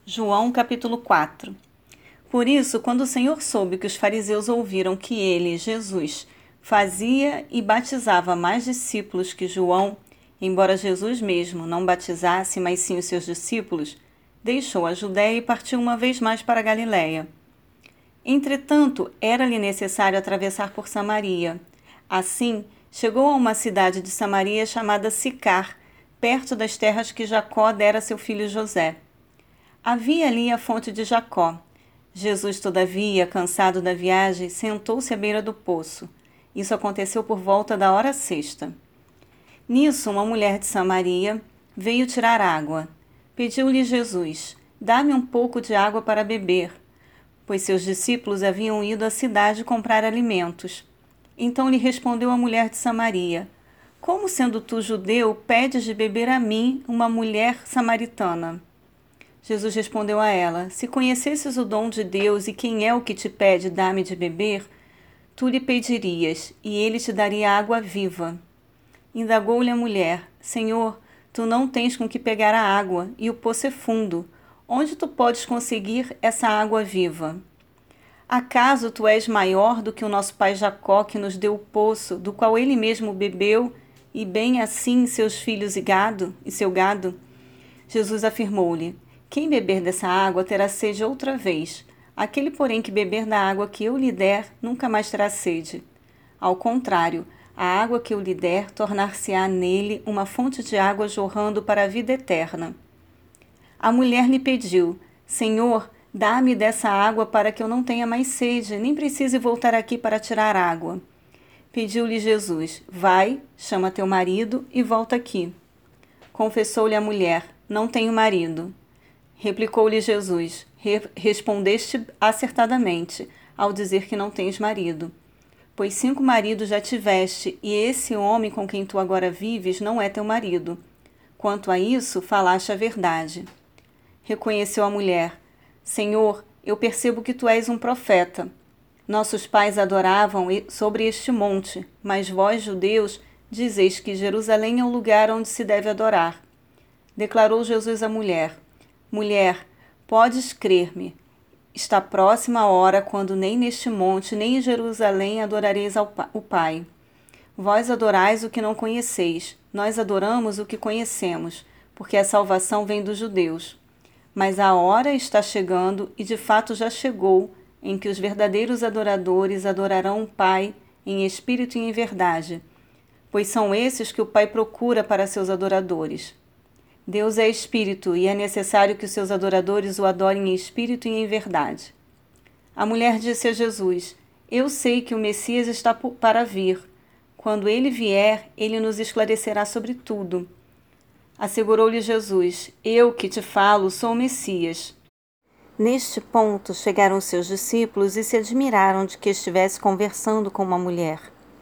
João capítulo 4. Por isso, quando o Senhor soube que os fariseus ouviram que ele, Jesus, fazia e batizava mais discípulos que João, embora Jesus mesmo não batizasse, mas sim os seus discípulos, deixou a Judéia e partiu uma vez mais para a Galiléia. Entretanto, era-lhe necessário atravessar por Samaria. Assim, chegou a uma cidade de Samaria chamada Sicar, perto das terras que Jacó dera a seu filho José. Havia ali a fonte de Jacó. Jesus, todavia, cansado da viagem, sentou-se à beira do poço. Isso aconteceu por volta da hora sexta. Nisso, uma mulher de Samaria veio tirar água. Pediu-lhe Jesus: dá-me um pouco de água para beber, pois seus discípulos haviam ido à cidade comprar alimentos. Então lhe respondeu a mulher de Samaria: como, sendo tu judeu, pedes de beber a mim, uma mulher samaritana? Jesus respondeu a ela: se conhecesses o dom de Deus e quem é o que te pede dá-me de beber, tu lhe pedirias, e ele te daria água viva. Indagou-lhe a mulher: Senhor, tu não tens com que pegar a água, e o poço é fundo. Onde tu podes conseguir essa água viva? Acaso tu és maior do que o nosso pai Jacó, que nos deu o poço, do qual ele mesmo bebeu, e bem assim seus filhos e seu gado? Jesus afirmou-lhe: quem beber dessa água terá sede outra vez. Aquele, porém, que beber da água que eu lhe der, nunca mais terá sede. Ao contrário, a água que eu lhe der tornar-se-á nele uma fonte de água jorrando para a vida eterna. A mulher lhe pediu: Senhor, dá-me dessa água para que eu não tenha mais sede, nem precise voltar aqui para tirar água. Pediu-lhe Jesus: vai, chama teu marido e volta aqui. Confessou-lhe a mulher: não tenho marido. Replicou-lhe Jesus: respondeste acertadamente, ao dizer que não tens marido. Pois 5 maridos já tiveste, e esse homem com quem tu agora vives não é teu marido. Quanto a isso, falaste a verdade. Reconheceu a mulher: Senhor, eu percebo que tu és um profeta. Nossos pais adoravam sobre este monte, mas vós, judeus, dizeis que Jerusalém é o lugar onde se deve adorar. Declarou Jesus à mulher: Mulher, podes crer-me, está próxima a hora quando nem neste monte, nem em Jerusalém adorareis o Pai. Vós adorais o que não conheceis, nós adoramos o que conhecemos, porque a salvação vem dos judeus. Mas a hora está chegando, e de fato já chegou, em que os verdadeiros adoradores adorarão o Pai em espírito e em verdade, pois são esses que o Pai procura para seus adoradores. Deus é espírito e é necessário que os seus adoradores o adorem em espírito e em verdade. A mulher disse a Jesus: eu sei que o Messias está para vir. Quando ele vier, ele nos esclarecerá sobre tudo. Assegurou-lhe Jesus: eu que te falo sou o Messias. Neste ponto chegaram seus discípulos e se admiraram de que estivesse conversando com uma mulher.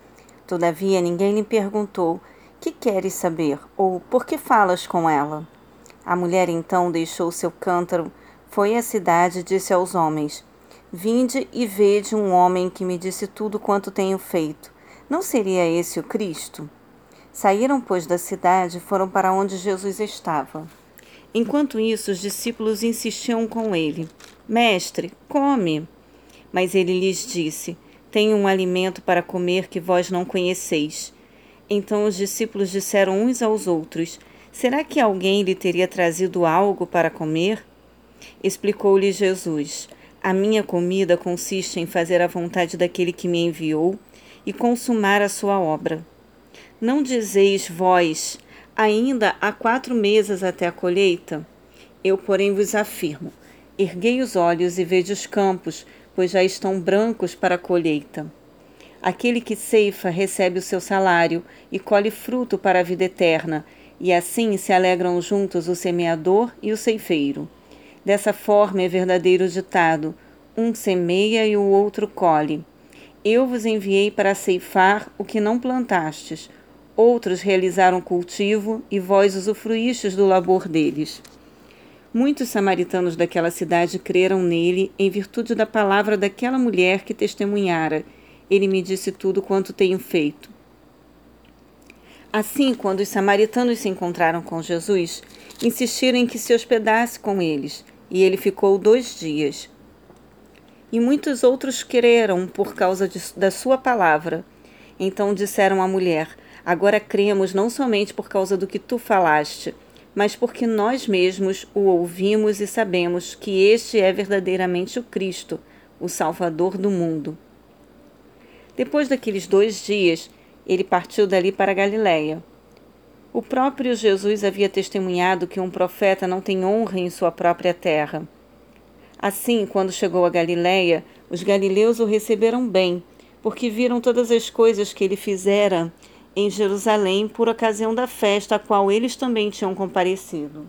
Todavia ninguém lhe perguntou: que queres saber? Ou por que falas com ela? A mulher então deixou seu cântaro, foi à cidade e disse aos homens: vinde e vede um homem que me disse tudo quanto tenho feito. Não seria esse o Cristo? Saíram, pois, da cidade e foram para onde Jesus estava. Enquanto isso, os discípulos insistiam com ele: Mestre, come. Mas ele lhes disse: tenho um alimento para comer que vós não conheceis. Então os discípulos disseram uns aos outros: será que alguém lhe teria trazido algo para comer? Explicou-lhe Jesus: a minha comida consiste em fazer a vontade daquele que me enviou e consumar a sua obra. Não dizeis vós: ainda há 4 meses até a colheita? Eu, porém, vos afirmo: erguei os olhos e vede os campos, pois já estão brancos para a colheita. Aquele que ceifa recebe o seu salário e colhe fruto para a vida eterna, e assim se alegram juntos o semeador e o ceifeiro. Dessa forma é verdadeiro o ditado: um semeia e o outro colhe. Eu vos enviei para ceifar o que não plantastes. Outros realizaram cultivo e vós usufruístes do labor deles. Muitos samaritanos daquela cidade creram nele em virtude da palavra daquela mulher que testemunhara: ele me disse tudo quanto tenho feito. Assim, quando os samaritanos se encontraram com Jesus, insistiram em que se hospedasse com eles, e ele ficou 2 dias. E muitos outros creram por causa da sua palavra. Então disseram à mulher: agora cremos não somente por causa do que tu falaste, mas porque nós mesmos o ouvimos e sabemos que este é verdadeiramente o Cristo, o Salvador do mundo. Depois daqueles 2 dias, ele partiu dali para a Galiléia. O próprio Jesus havia testemunhado que um profeta não tem honra em sua própria terra. Assim, quando chegou a Galiléia, os galileus o receberam bem, porque viram todas as coisas que ele fizera em Jerusalém por ocasião da festa a qual eles também tinham comparecido.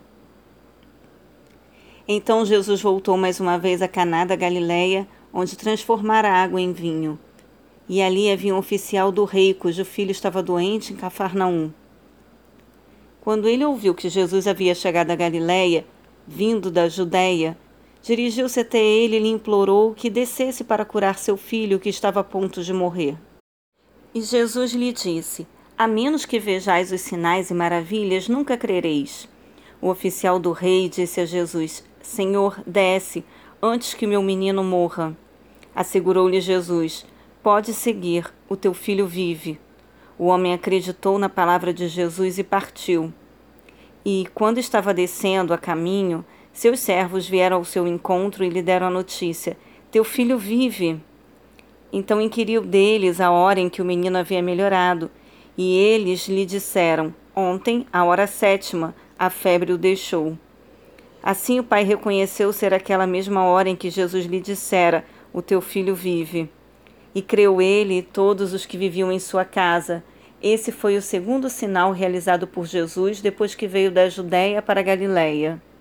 Então Jesus voltou mais uma vez a Caná da Galiléia, onde transformara a água em vinho. E ali havia um oficial do rei, cujo filho estava doente em Cafarnaum. Quando ele ouviu que Jesus havia chegado a Galiléia, vindo da Judéia, dirigiu-se até ele e lhe implorou que descesse para curar seu filho, que estava a ponto de morrer. E Jesus lhe disse: a menos que vejais os sinais e maravilhas, nunca crereis. O oficial do rei disse a Jesus: Senhor, desce, antes que meu menino morra. Assegurou-lhe Jesus: pode seguir, o teu filho vive. O homem acreditou na palavra de Jesus e partiu. E, quando estava descendo a caminho, seus servos vieram ao seu encontro e lhe deram a notícia: teu filho vive. Então inquiriu deles a hora em que o menino havia melhorado, e eles lhe disseram: ontem, à hora 7ª, a febre o deixou. Assim o pai reconheceu ser aquela mesma hora em que Jesus lhe dissera: o teu filho vive. E creu ele e todos os que viviam em sua casa. Esse foi o segundo sinal realizado por Jesus depois que veio da Judéia para a Galiléia.